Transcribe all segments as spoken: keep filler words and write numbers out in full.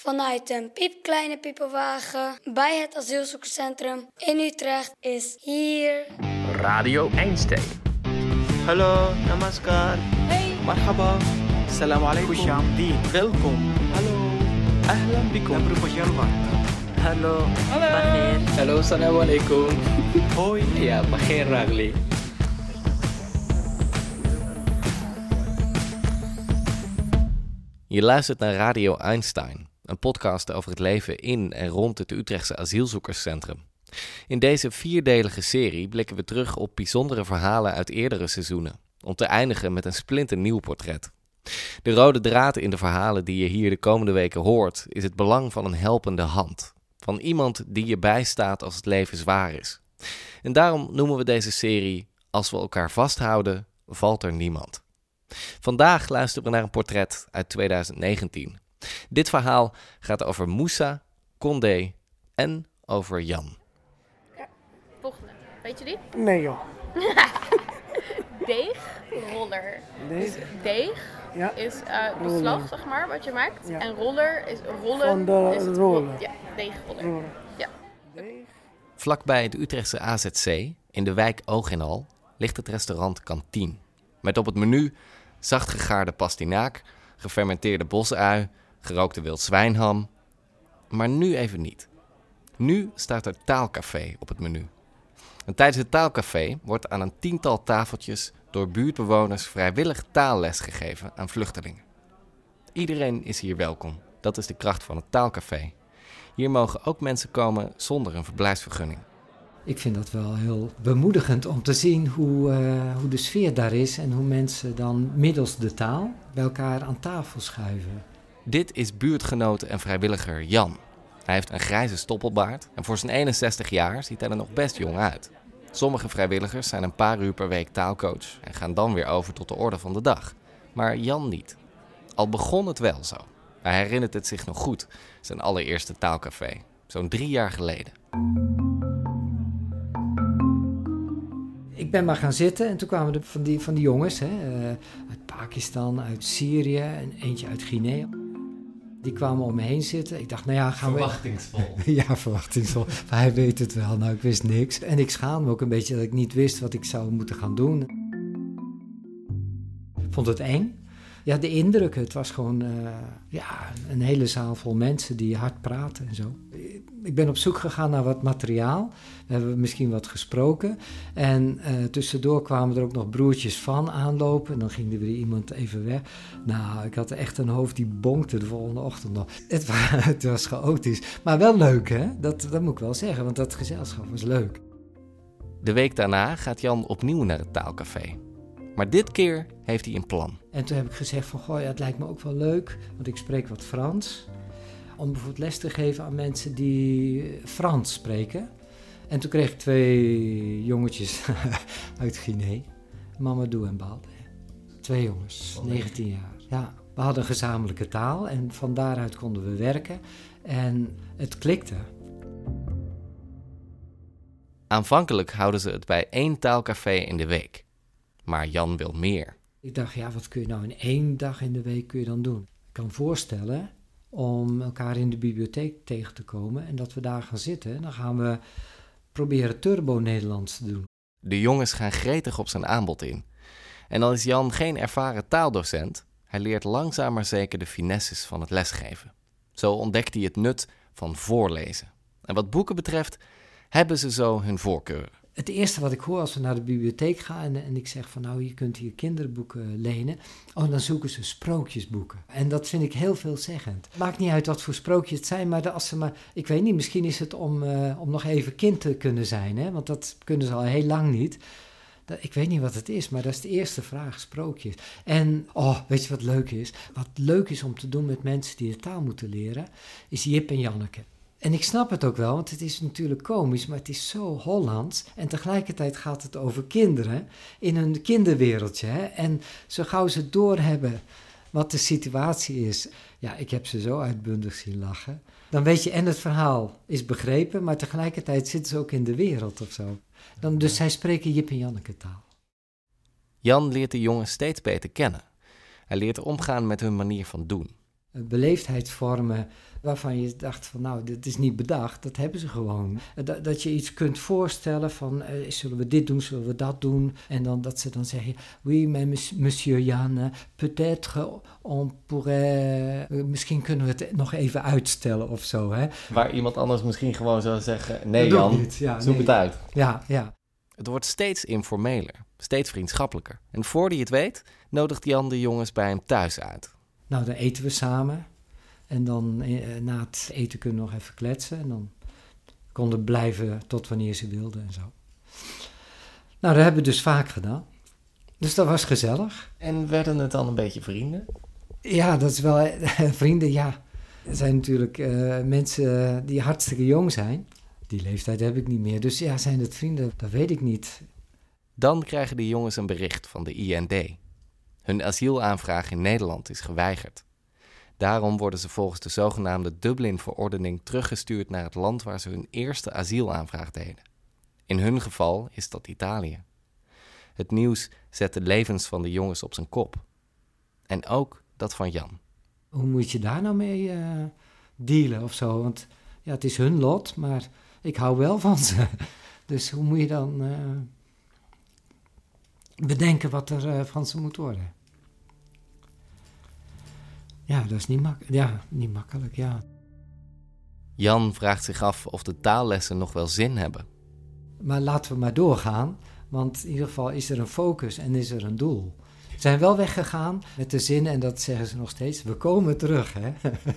vanuit een piepkleine piepenwagen bij het asielzoekerscentrum in Utrecht is hier Radio Einstein. Hallo, namaskar. Hey. Marhaba. Salam alaikum. Khushamdeed. Welkom. Hallo. Ahlan bikum. Hallo. Hallo. Bagheer. Hallo, salam alaikum. Hoi. Ja, bagheer ragli. Je luistert naar Radio Einstein, een podcast over het leven in en rond het Utrechtse asielzoekerscentrum. In deze vierdelige serie blikken we terug op bijzondere verhalen uit eerdere seizoenen, om te eindigen met een splinternieuw portret. De rode draad in de verhalen die je hier de komende weken hoort, is het belang van een helpende hand. Van iemand die je bijstaat als het leven zwaar is. En daarom noemen we deze serie Als we elkaar vasthouden, valt er niemand. Vandaag luisteren we naar een portret uit twintig negentien. Dit verhaal gaat over Moussa, Condé en over Jan. Ja, volgende. Weet je die? Nee joh. Deegroller. Deeg? Dus deeg Ja. is uh, beslag, Rollen. zeg maar, wat je maakt. Ja. En roller is rollen. Van de is het rollen. rol- Ja, deegroller. Rollen. Ja. Deeg? Vlakbij de Utrechtse A Z C, in de wijk Oog en Al, ligt het restaurant Kantien. Met op het menu zacht gegaarde pastinaak, gefermenteerde bosui, gerookte wild zwijnham. Maar nu even niet. Nu staat er taalcafé op het menu. En tijdens het taalcafé wordt aan een tiental tafeltjes door buurtbewoners vrijwillig taalles gegeven aan vluchtelingen. Iedereen is hier welkom. Dat is de kracht van het taalcafé. Hier mogen ook mensen komen zonder een verblijfsvergunning. Ik vind dat wel heel bemoedigend om te zien hoe, uh, hoe de sfeer daar is en hoe mensen dan middels de taal bij elkaar aan tafel schuiven. Dit is buurtgenoot en vrijwilliger Jan. Hij heeft een grijze stoppelbaard en voor zijn eenenzestig jaar ziet hij er nog best jong uit. Sommige vrijwilligers zijn een paar uur per week taalcoach en gaan dan weer over tot de orde van de dag. Maar Jan niet. Al begon het wel zo. Hij herinnert het zich nog goed, zijn allereerste taalcafé, zo'n drie jaar geleden. Ik ben maar gaan zitten en toen kwamen er van die, van die jongens, hè, uh, uit Pakistan, uit Syrië en eentje uit Guinea. Die kwamen om me heen zitten. Ik dacht, nou ja, gaan we... Verwachtingsvol. Ja, verwachtingsvol. Maar hij weet het wel. Nou, ik wist niks. En ik schaamde me ook een beetje dat ik niet wist wat ik zou moeten gaan doen. Ik vond het eng. Ja, de indruk, het was gewoon uh, ja, een hele zaal vol mensen die hard praten en zo. Ik ben op zoek gegaan naar wat materiaal. We hebben misschien wat gesproken. En uh, tussendoor kwamen er ook nog broertjes van aanlopen. En dan ging er weer iemand even weg. Nou, ik had echt een hoofd die bonkte de volgende ochtend nog. Het was, het was chaotisch. Maar wel leuk, hè? Dat, dat moet ik wel zeggen, want dat gezelschap was leuk. De week daarna gaat Jan opnieuw naar het taalcafé. Maar dit keer heeft hij een plan. En toen heb ik gezegd van, goh, ja, het lijkt me ook wel leuk, want ik spreek wat Frans. Om bijvoorbeeld les te geven aan mensen die Frans spreken. En toen kreeg ik twee jongetjes uit Guinea, Mamadou en Balde. Twee jongens, negentien jaar. Ja, we hadden een gezamenlijke taal en van daaruit konden we werken. En het klikte. Aanvankelijk houden ze het bij één taalcafé in de week. Maar Jan wil meer. Ik dacht, ja, wat kun je nou in één dag in de week kun je dan doen? Ik kan voorstellen om elkaar in de bibliotheek tegen te komen en dat we daar gaan zitten. Dan gaan we proberen Turbo-Nederlands te doen. De jongens gaan gretig op zijn aanbod in. En dan is Jan geen ervaren taaldocent. Hij leert langzaam maar zeker de finesses van het lesgeven. Zo ontdekt hij het nut van voorlezen. En wat boeken betreft hebben ze zo hun voorkeuren. Het eerste wat ik hoor als we naar de bibliotheek gaan en, en ik zeg van nou, je kunt hier kinderboeken lenen. Oh, dan zoeken ze sprookjesboeken. En dat vind ik heel veelzeggend. Maakt niet uit wat voor sprookjes het zijn, maar de, als ze maar, ik weet niet, misschien is het om, uh, om nog even kind te kunnen zijn, hè? Want dat kunnen ze al heel lang niet. Dat, ik weet niet wat het is, maar dat is de eerste vraag, sprookjes. En, oh, weet je wat leuk is? Wat leuk is om te doen met mensen die de taal moeten leren, is Jip en Janneke. En ik snap het ook wel, want het is natuurlijk komisch, maar het is zo Hollands. En tegelijkertijd gaat het over kinderen in een kinderwereldje. Hè? En zo gauw ze doorhebben wat de situatie is. Ja, ik heb ze zo uitbundig zien lachen. Dan weet je, en het verhaal is begrepen, maar tegelijkertijd zitten ze ook in de wereld of zo. Dan, dus zij spreken Jip en Janneke taal. Jan leert de jongens steeds beter kennen. Hij leert omgaan met hun manier van doen. uh, beleefdheidsvormen waarvan je dacht van nou, dit is niet bedacht, dat hebben ze gewoon. Dat, dat je iets kunt voorstellen van uh, zullen we dit doen, zullen we dat doen? En dan dat ze dan zeggen, oui, mais monsieur Jan, peut-être on pourrait, uh, misschien kunnen we het nog even uitstellen of zo. Hè? Waar iemand anders misschien gewoon zou zeggen, nee Dat doe Jan, ik niet. Ja, zoek nee. het uit. Ja, ja. Het wordt steeds informeler, steeds vriendschappelijker. En voor die het weet, nodigt Jan de jongens bij hem thuis uit. Nou, dan eten we samen. En dan eh, na het eten kunnen we nog even kletsen. En dan konden we blijven tot wanneer ze wilden en zo. Nou, dat hebben we dus vaak gedaan. Dus dat was gezellig. En werden het dan een beetje vrienden? Ja, dat is wel... eh, vrienden, ja. Er zijn natuurlijk uh, mensen die hartstikke jong zijn. Die leeftijd heb ik niet meer. Dus ja, zijn het vrienden? Dat weet ik niet. Dan krijgen de jongens een bericht van de I N D. Hun asielaanvraag in Nederland is geweigerd. Daarom worden ze volgens de zogenaamde Dublin-verordening teruggestuurd naar het land waar ze hun eerste asielaanvraag deden. In hun geval is dat Italië. Het nieuws zet de levens van de jongens op zijn kop. En ook dat van Jan. Hoe moet je daar nou mee uh, dealen of zo? Want ja, het is hun lot, maar ik hou wel van ze. Dus hoe moet je dan uh, bedenken wat er uh, van ze moet worden? Ja, dat is niet, mak- ja, niet makkelijk, ja. Jan vraagt zich af of de taallessen nog wel zin hebben. Maar laten we maar doorgaan, want in ieder geval is er een focus en is er een doel. Ze zijn wel weggegaan met de zin, en dat zeggen ze nog steeds, we komen terug, hè.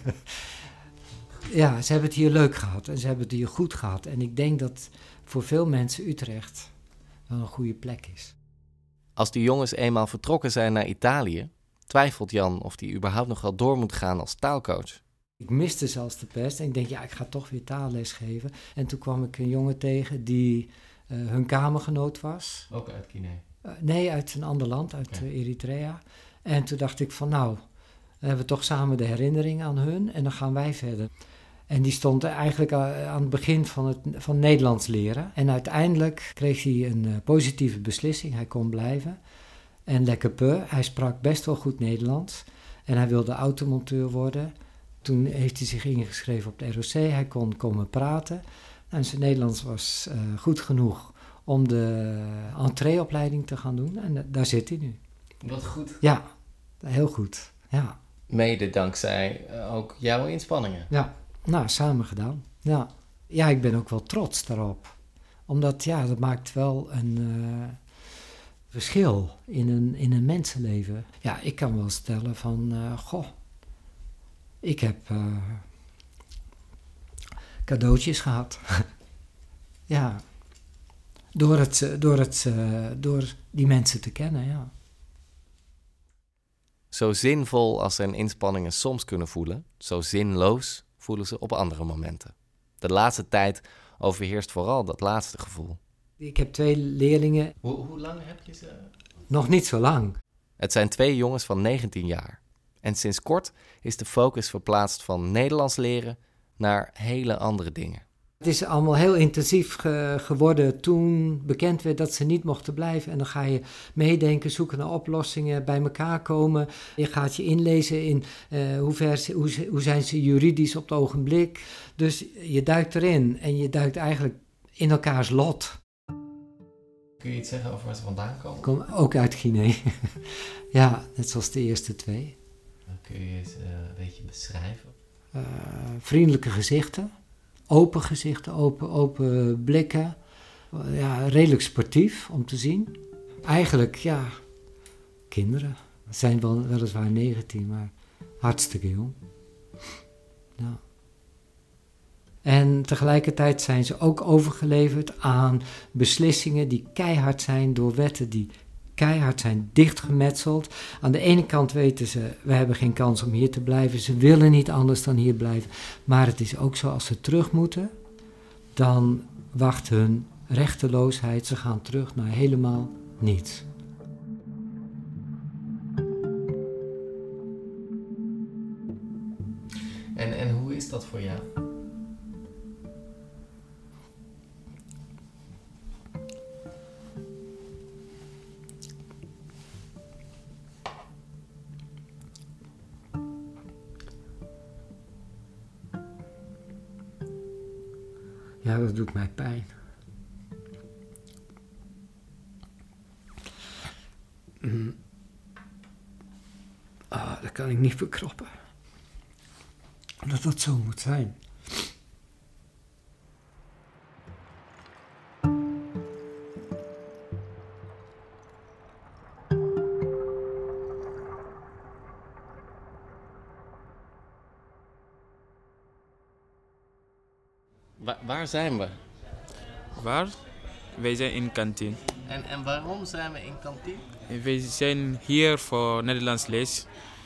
Ja, ze hebben het hier leuk gehad en ze hebben het hier goed gehad. En ik denk dat voor veel mensen Utrecht wel een goede plek is. Als de jongens eenmaal vertrokken zijn naar Italië, twijfelt Jan of hij überhaupt nog wel door moet gaan als taalcoach. Ik miste ze als de pest en ik denk, ja, ik ga toch weer taalles geven. En toen kwam ik een jongen tegen die uh, hun kamergenoot was. Ook uit Guinea? Uh, nee, uit een ander land, uit Okay. uh, Eritrea. En toen dacht ik van, nou, dan hebben we toch samen de herinnering aan hun en dan gaan wij verder. En die stond eigenlijk aan het begin van het van Nederlands leren. En uiteindelijk kreeg hij een uh, positieve beslissing. Hij kon blijven. En lekker peu. Hij sprak best wel goed Nederlands. En hij wilde automonteur worden. Toen heeft hij zich ingeschreven op de R O C. Hij kon komen praten. En zijn Nederlands was uh, goed genoeg om de entreeopleiding te gaan doen. En uh, daar zit hij nu. Wat goed. Ja, heel goed. Ja. Mede dankzij uh, ook jouw inspanningen. Ja. Nou, samen gedaan. Ja. Ja, ik ben ook wel trots daarop. Omdat, ja, dat maakt wel een uh, verschil in een, in een mensenleven. Ja, ik kan wel stellen van, uh, goh, ik heb uh, cadeautjes gehad. Ja, door, het, door, het, uh, door die mensen te kennen, ja. Zo zinvol als zijn inspanningen soms kunnen voelen, zo zinloos voelen ze op andere momenten. De laatste tijd overheerst vooral dat laatste gevoel. Ik heb twee leerlingen. Hoe, hoe lang heb je ze? Nog niet zo lang. Het zijn twee jongens van negentien jaar. En sinds kort is de focus verplaatst van Nederlands leren naar hele andere dingen. Het is allemaal heel intensief ge- geworden toen bekend werd dat ze niet mochten blijven. En dan ga je meedenken, zoeken naar oplossingen, bij elkaar komen. Je gaat je inlezen in uh, hoe, ver, hoe, hoe zijn ze juridisch op het ogenblik. Dus je duikt erin en je duikt eigenlijk in elkaars lot. Kun je iets zeggen over waar ze vandaan komen? Ik kom ook uit Guinea. Ja, net zoals de eerste twee. Kun je eens uh, een beetje beschrijven? Uh, vriendelijke gezichten. Open gezichten, open, open blikken. Ja, redelijk sportief om te zien. Eigenlijk, ja, kinderen. Ze zijn wel, weliswaar negentien, maar hartstikke jong. Ja. En tegelijkertijd zijn ze ook overgeleverd aan beslissingen die keihard zijn door wetten die keihard zijn dichtgemetseld. Aan de ene kant weten ze, we hebben geen kans om hier te blijven. Ze willen niet anders dan hier blijven. Maar het is ook zo, als ze terug moeten, dan wacht hun rechteloosheid. Ze gaan terug naar helemaal niets. En, en hoe is dat voor jou? Ja, dat doet mij pijn. Mm. Ah, dat kan ik niet verkroppen. Dat dat zo moet zijn. Wa- waar zijn we? Waar? Wij zijn in kantine. En, en waarom zijn we in kantine? Wij zijn hier voor Nederlands les.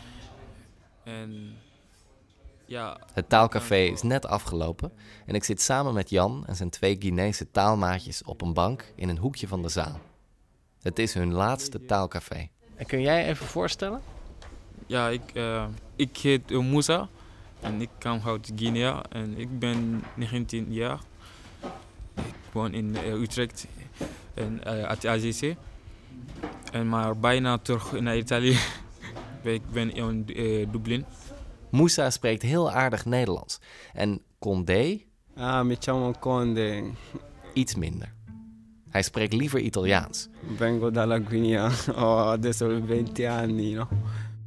En ja. Het taalcafé is net afgelopen en ik zit samen met Jan en zijn twee Guinese taalmaatjes op een bank in een hoekje van de zaal. Het is hun laatste taalcafé. En kun jij even voorstellen? Ja, ik, uh, ik heet uh, Moussa en ik kom uit Guinea en ik ben negentien jaar. Ik woon in uh, Utrecht en uh, at A Z C. En maar bijna terug naar Italië. Ik ben in uh, Dublin. Moussa spreekt heel aardig Nederlands en Condé Ah, mi chiamo Conde. iets minder. Hij spreekt liever Italiaans. Vengo dalla Guinea. Ho adesso venti anni, no?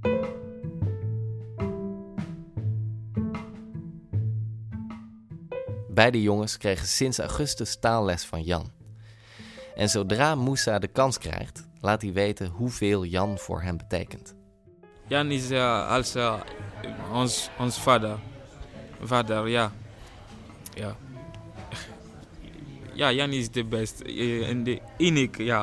Beide jongens kregen sinds augustus taalles van Jan. En zodra Moussa de kans krijgt, laat hij weten hoeveel Jan voor hem betekent. Jan is uh, als uh, ons, ons vader. Vader, ja. Ja. Ja, Jan is de beste uh, en de uniek, ja.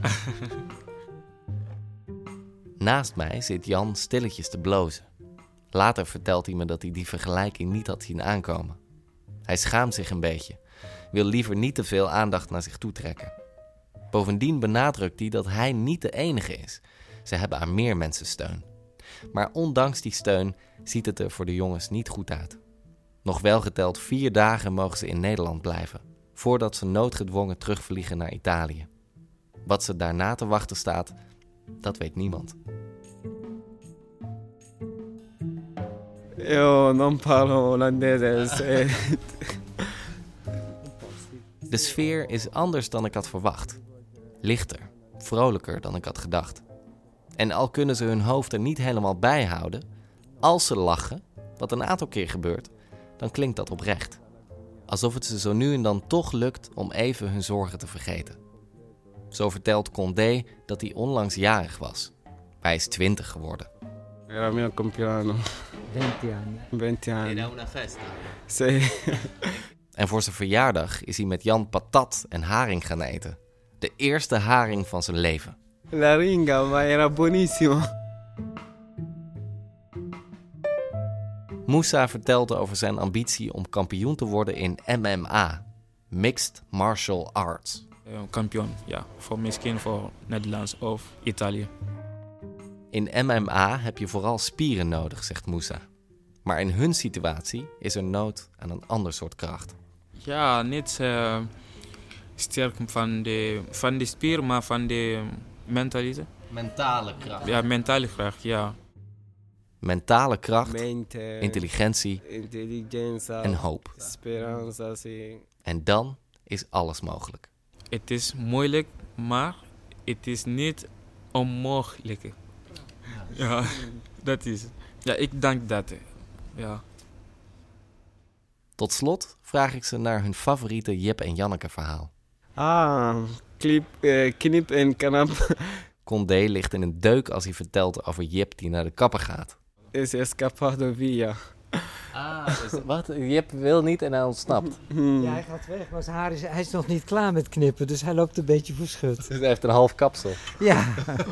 Naast mij zit Jan stilletjes te blozen. Later vertelt hij me dat hij die vergelijking niet had zien aankomen. Hij schaamt zich een beetje, wil liever niet te veel aandacht naar zich toe trekken. Bovendien benadrukt hij dat hij niet de enige is. Ze hebben aan meer mensen steun. Maar ondanks die steun ziet het er voor de jongens niet goed uit. Nog wel geteld vier dagen mogen ze in Nederland blijven, voordat ze noodgedwongen terugvliegen naar Italië. Wat ze daarna te wachten staat, dat weet niemand. Io non parlo olandese. De sfeer is anders dan ik had verwacht. Lichter, vrolijker dan ik had gedacht. En al kunnen ze hun hoofd er niet helemaal bij houden, als ze lachen, wat een aantal keer gebeurt, dan klinkt dat oprecht. Alsof het ze zo nu en dan toch lukt om even hun zorgen te vergeten. Zo vertelt Condé dat hij onlangs jarig was. Hij is twintig geworden. Era mio compleanno. venti anni. venti anni. una festa. Sì. En voor zijn verjaardag is hij met Jan patat en haring gaan eten. De eerste haring van zijn leven. La ringa, ma era buonissimo. Moussa vertelde over zijn ambitie om kampioen te worden in M M A, Mixed Martial Arts. Uh, kampioen, ja. Voor misschien voor Nederlands of Italië. In M M A heb je vooral spieren nodig, zegt Moussa. Maar in hun situatie is er nood aan een ander soort kracht. Ja, niet uh, sterk van de, van de spier, maar van de mentaliteit. Mentale kracht. Ja, mentale kracht, ja. Mentale kracht, Mente, intelligentie intelligenza, en hoop. speranza, sì. En dan is alles mogelijk. Het is moeilijk, maar het is niet onmogelijk. Ja, dat is. Ja, ik denk dat. Ja. Tot slot vraag ik ze naar hun favoriete Jip en Janneke verhaal. Ah, clip, eh, knip en knap. Condé ligt in een deuk als hij vertelt over Jip die naar de kapper gaat. Es escapado via. Ah, dus wat? Jip wil niet en hij ontsnapt. Hmm. Ja, hij gaat weg, maar zijn haar is, hij is nog niet klaar met knippen, dus hij loopt een beetje verschut. Dus hij heeft een half kapsel. Ja.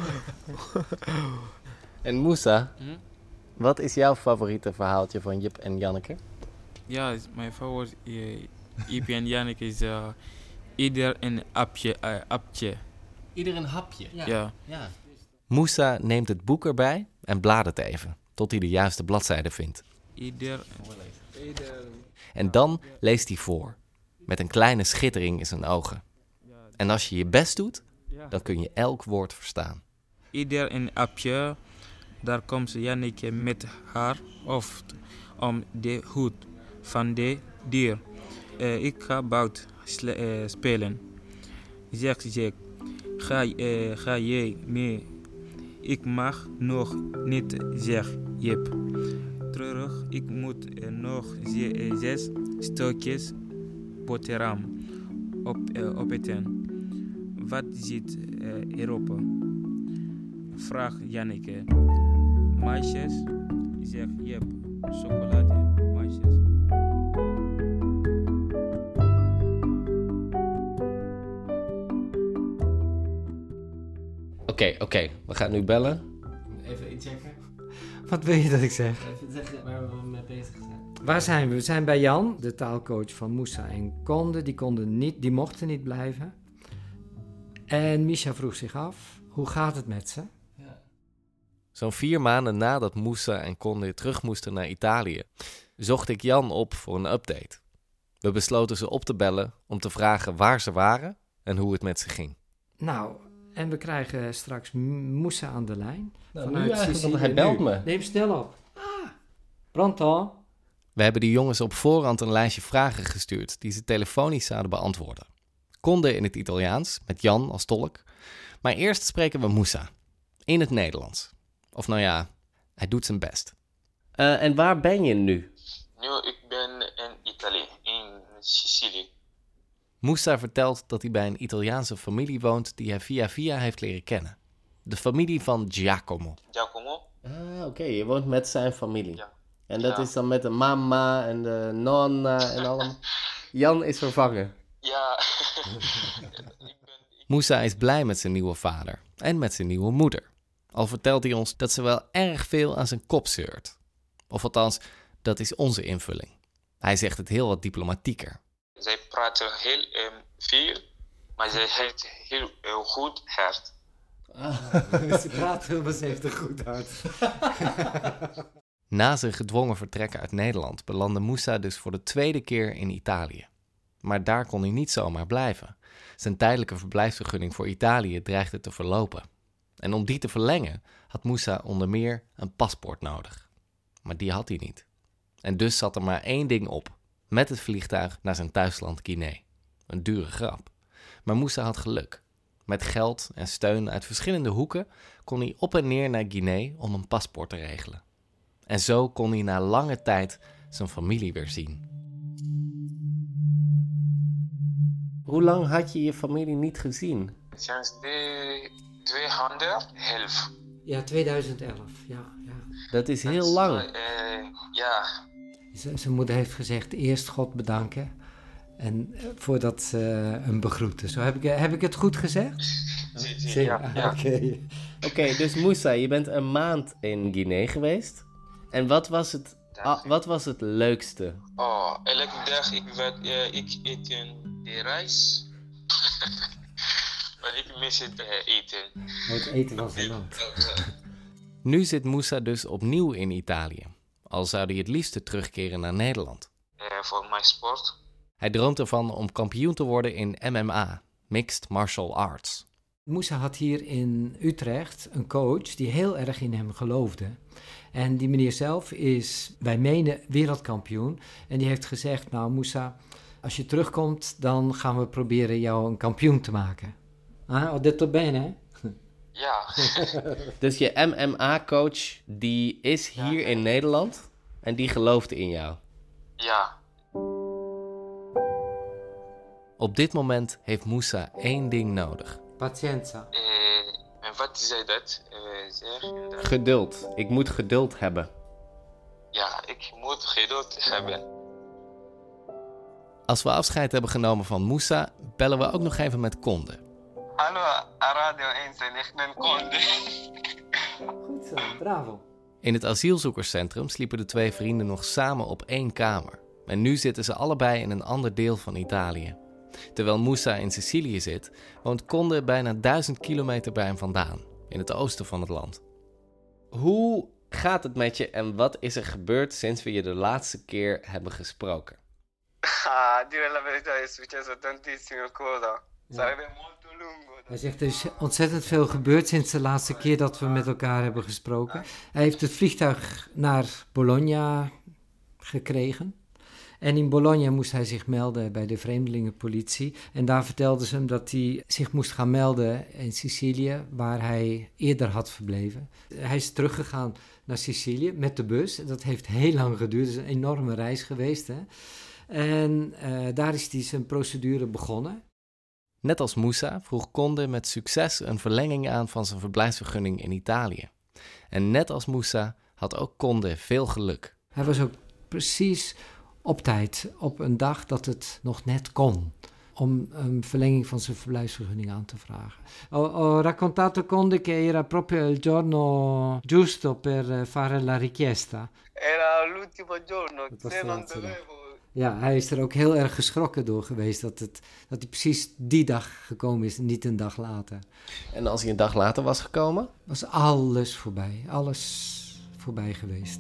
En Moussa, Hm? wat is jouw favoriete verhaaltje van Jip en Janneke? Ja, mijn favoriet uh, Jip en Janneke is uh, ieder een appje. Uh, appje. Ieder een hapje. Ja. Ja. Moussa neemt het boek erbij en bladert even, tot hij de juiste bladzijde vindt. Ieder. En dan leest hij voor, met een kleine schittering in zijn ogen. En als je je best doet, dan kun je elk woord verstaan. Ieder een appje. Daar komt Janneke met haar hoofd om de hoed van de dier. uh, ik ga buiten sle- uh, spelen. Zegt Jack, ga, uh, ga jij mee? Ik mag nog niet, zegt Jip. Terug, ik moet uh, nog ze- uh, zes stukjes boterham op, uh, opeten. Wat zit uh, erop? Vraagt Janneke. Meisjes, zegt Jip. Chocolade, meisjes. Oké, okay, oké. Okay. We gaan nu bellen. Even inchecken. Wat wil je dat ik zeg? Even zeggen waar we mee bezig zijn. Waar zijn we? We zijn bij Jan, de taalcoach van Moussa en Conde. Die, konden niet, die mochten niet blijven. En Misha vroeg zich af, hoe gaat het met ze? Ja. Zo'n vier maanden nadat Moussa en Conde terug moesten naar Italië, zocht ik Jan op voor een update. We besloten ze op te bellen om te vragen waar ze waren en hoe het met ze ging. Nou, en we krijgen straks Moussa aan de lijn. Nou, vanuit nu Sicilië, want hij belt me. Neem snel op. Ah, pronto. We hebben de jongens op voorhand een lijstje vragen gestuurd die ze telefonisch zouden beantwoorden. Conde in het Italiaans, met Jan als tolk. Maar eerst spreken we Moussa, in het Nederlands. Of nou ja, hij doet zijn best. Uh, en waar ben je nu? Nu, ik ben in Italië, in Sicilië. Moussa vertelt dat hij bij een Italiaanse familie woont die hij via via heeft leren kennen. De familie van Giacomo. Giacomo? Ah, oké. Okay. Je woont met zijn familie. Ja. En dat ja. is dan met de mama en de nonna en allemaal. Jan is vervangen. Ja. ik ben, ik... Moussa is blij met zijn nieuwe vader en met zijn nieuwe moeder. Al vertelt hij ons dat ze wel erg veel aan zijn kop zeurt. Of althans, dat is onze invulling. Hij zegt het heel wat diplomatieker. Zij praten heel um, veel, maar zij heeft heel uh, goed hart. Ah, ze praat veel, maar ze heeft een goed hart. Na zijn gedwongen vertrek uit Nederland belandde Moussa dus voor de tweede keer in Italië. Maar daar kon hij niet zomaar blijven. Zijn tijdelijke verblijfsvergunning voor Italië dreigde te verlopen. En om die te verlengen had Moussa onder meer een paspoort nodig. Maar die had hij niet. En dus zat er maar één ding op. Met het vliegtuig naar zijn thuisland Guinea. Een dure grap. Maar Moussa had geluk. Met geld en steun uit verschillende hoeken kon hij op en neer naar Guinea om een paspoort te regelen. En zo kon hij na lange tijd zijn familie weer zien. Hoe lang had je je familie niet gezien? Sinds de tweeduizend elf. Ja, tweeduizend elf. Ja, ja. Dat is heel lang. Uh, ja. Z- zijn moeder heeft gezegd, eerst God bedanken. En uh, voordat ze uh, hem begroeten. Zo heb ik, uh, heb ik het goed gezegd? Ja. ja. ja. Oké, okay. okay, dus Moussa, je bent een maand in Guinea geweest. En wat was het, ah, wat was het leukste? Oh, elke dag ik, werd, uh, ik eet de rijst. Maar ik mis het uh, eten. Het eten was een land. Nu zit Moussa dus opnieuw in Italië. Al zou hij het liefste terugkeren naar Nederland. Uh, voor mijn sport. Hij droomt ervan om kampioen te worden in M M A, Mixed Martial Arts. Moussa had hier in Utrecht een coach die heel erg in hem geloofde. En die meneer zelf is bij menen wereldkampioen. En die heeft gezegd, nou Moussa, als je terugkomt, dan gaan we proberen jou een kampioen te maken. Ah, ho detto bene, hè? Ja. Dus je M M A-coach, die is hier ja. in Nederland en die geloofde in jou? Ja. Op dit moment heeft Moussa één ding nodig. Pazienza. Uh, en wat zei dat? Uh, zeg, dat? Geduld. Ik moet geduld hebben. Ja, ik moet geduld hebben. Als we afscheid hebben genomen van Moussa, bellen we ook nog even met Conde. Hallo, Radio één, ik ben Conde. Goed zo, bravo. In het asielzoekerscentrum sliepen de twee vrienden nog samen op één kamer. En nu zitten ze allebei in een ander deel van Italië. Terwijl Moussa in Sicilië zit, woont Conde bijna duizend kilometer bij hem vandaan, in het oosten van het land. Hoe gaat het met je en wat is er gebeurd sinds we je de laatste keer hebben gesproken? Ah, dire la verità è successo tantissime cose. Sarebbe molto lungo. Hij zegt, er is ontzettend veel gebeurd sinds de laatste keer dat we met elkaar hebben gesproken. Hij heeft het vliegtuig naar Bologna gekregen. En in Bologna moest hij zich melden bij de vreemdelingenpolitie. En daar vertelden ze hem dat hij zich moest gaan melden in Sicilië, waar hij eerder had verbleven. Hij is teruggegaan naar Sicilië met de bus. Dat heeft heel lang geduurd. Het is een enorme reis geweest, hè. En uh, daar is hij zijn procedure begonnen. Net als Moussa vroeg Conde met succes een verlenging aan van zijn verblijfsvergunning in Italië. En net als Moussa had ook Conde veel geluk. Hij was ook precies op tijd, op een dag dat het nog net kon, om een verlenging van zijn verblijfsvergunning aan te vragen. Ho, ho raccontato Conde che era proprio il giorno giusto per fare la richiesta. Era l'ultimo giorno, Dat was se de non laatste dag. dovevo... Ja, hij is er ook heel erg geschrokken door geweest dat, het, dat hij precies die dag gekomen is en niet een dag later. En als hij een dag later was gekomen? Was alles voorbij, alles voorbij geweest.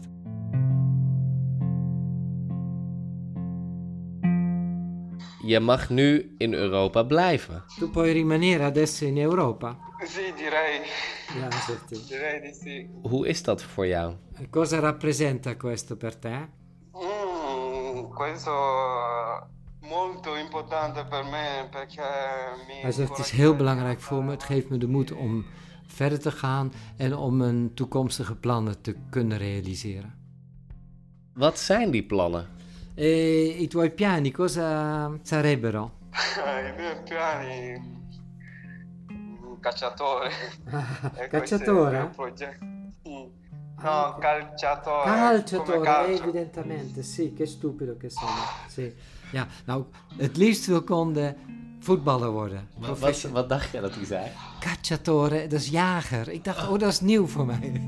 Je mag nu in Europa blijven. Tu puoi rimanere adesso in Europa? Sì, direi, Ja, zegt hij. direi di sì. Hoe is dat voor jou? Cosa rappresenta questo per te? Mm, questo è molto importante per me perché mi... Hij zegt, het is heel belangrijk voor me. Het geeft me de moed om verder te gaan en om mijn toekomstige plannen te kunnen realiseren. Wat zijn die plannen? E i tuoi piani cosa sarebbero? I miei piani... Un cacciatore. E questo è il Cacciatore? mio progetto. Mm. Ah, No, ok. calciatore. come Calciatore, calcio. evidentemente. Sì, che stupido che sono. Sì. Ja, nou, het liefst wil Conde voetballer worden. Wat, Profession- wat dacht jij dat hij zei? Cacciatore, dat is jager. Ik dacht, oh, dat is nieuw voor mij.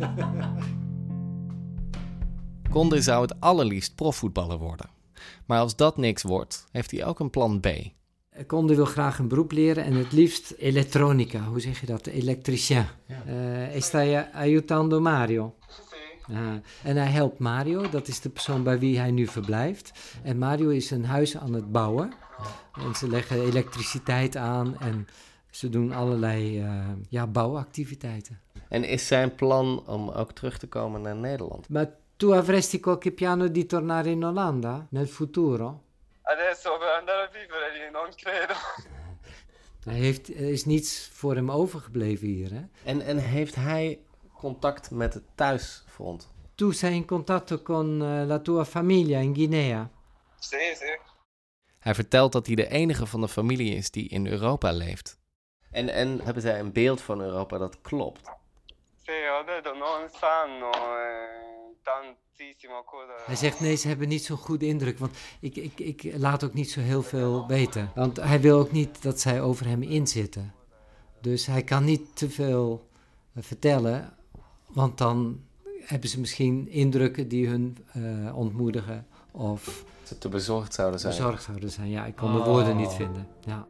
Conde zou het allerliefst profvoetballer worden. Maar als dat niks wordt, heeft hij ook een plan B. Conde wil graag een beroep leren en het liefst elektronica. Hoe zeg je dat? Elektricien. Ja. Uh, e stai aiutando Mario. Sì. Uh, en hij helpt Mario, dat is de persoon bij wie hij nu verblijft. En Mario is een huis aan het bouwen. En ze leggen elektriciteit aan en ze doen allerlei uh, ja, bouwactiviteiten. En is zijn plan om ook terug te komen naar Nederland? Maar tu avresti qualche piano di tornare in Olanda nel futuro? Adesso per andare a vivere lì non credo. Hij heeft, er is niets voor hem overgebleven hier, hè? En, en heeft hij contact met het thuisfront? Tu sei in contatto con uh, la tua famiglia in Guinea? Sì, sì. Hij vertelt dat hij de enige van de familie is die in Europa leeft. En, en hebben zij een beeld van Europa dat klopt? Sì, ho detto non sanno eh, tantissimo cosa. Hij zegt nee, ze hebben niet zo'n goede indruk, want ik, ik, ik laat ook niet zo heel veel weten. Want hij wil ook niet dat zij over hem inzitten. Dus hij kan niet te veel uh, vertellen, want dan hebben ze misschien indrukken die hun uh, ontmoedigen of Ze te bezorgd zouden zijn. bezorgd zouden zijn. Ja, ik kon de woorden niet vinden. Ja.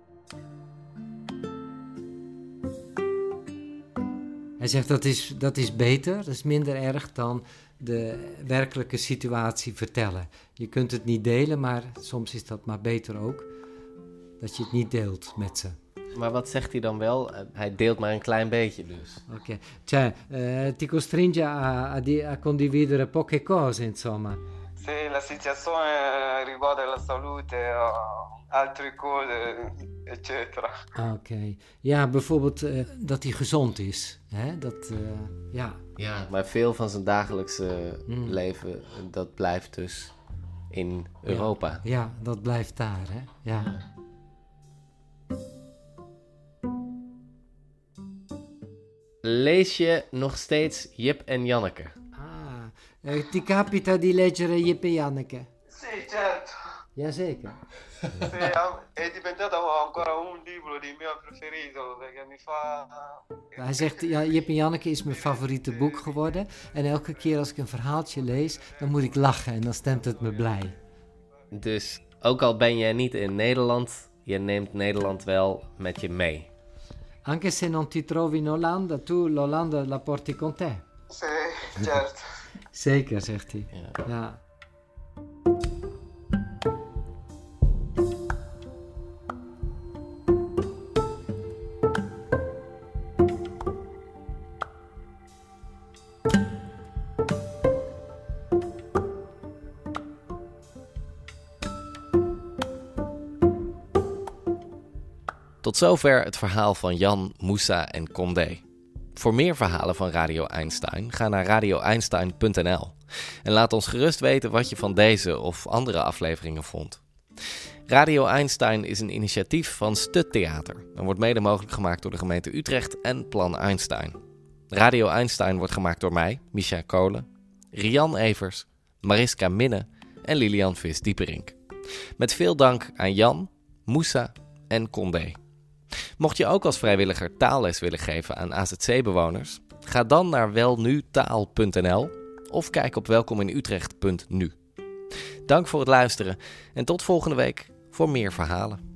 Hij zegt dat is, dat is beter, dat is minder erg dan de werkelijke situatie vertellen. Je kunt het niet delen, maar soms is dat maar beter ook, dat je het niet deelt met ze. Maar wat zegt hij dan wel? Hij deelt maar een klein beetje dus. Oké, okay. Cioè, eh, ti costringe a, a, di, a condividere poche cose, insomma. Sì, la situazione riguarda la salute, altre cose, eccetera. Oké, okay. Ja, bijvoorbeeld uh, dat hij gezond is. Hè? Dat, uh, ja. Ja, maar veel van zijn dagelijkse Mm. leven, dat blijft dus in Europa. Ja, ja, dat blijft daar, hè. Ja. Lees je nog steeds Jip en Janneke? Ah, eh, ti capita di leggere Jip en Janneke? Sì, certo. Jazeker. Sì, è diventato ancora un libro di mio preferito perché mi fa... Hij zegt, ja, Jip en Janneke is mijn favoriete boek geworden. En elke keer als ik een verhaaltje lees, dan moet ik lachen en dan stemt het me blij. Dus ook al ben jij niet in Nederland, je neemt Nederland wel met je mee. Anche se non ti trovi in Olanda, tu l'Olanda la porti con te. Sì, certo. Zeker, zegt hij. Ja. Ja. Tot zover het verhaal van Jan, Moussa en Condé. Voor meer verhalen van Radio Einstein ga naar radio einstein punt n l en laat ons gerust weten wat je van deze of andere afleveringen vond. Radio Einstein is een initiatief van Stuttheater en wordt mede mogelijk gemaakt door de gemeente Utrecht en Plan Einstein. Radio Einstein wordt gemaakt door mij, Misha Kolen, Rian Evers, Mariska Minne en Lilian Vis-Dieperink. Met veel dank aan Jan, Moussa en Condé. Mocht je ook als vrijwilliger taalles willen geven aan A Z C-bewoners, ga dan naar welnutaal punt n l of kijk op welkominutrecht punt n u. Dank voor het luisteren en tot volgende week voor meer verhalen.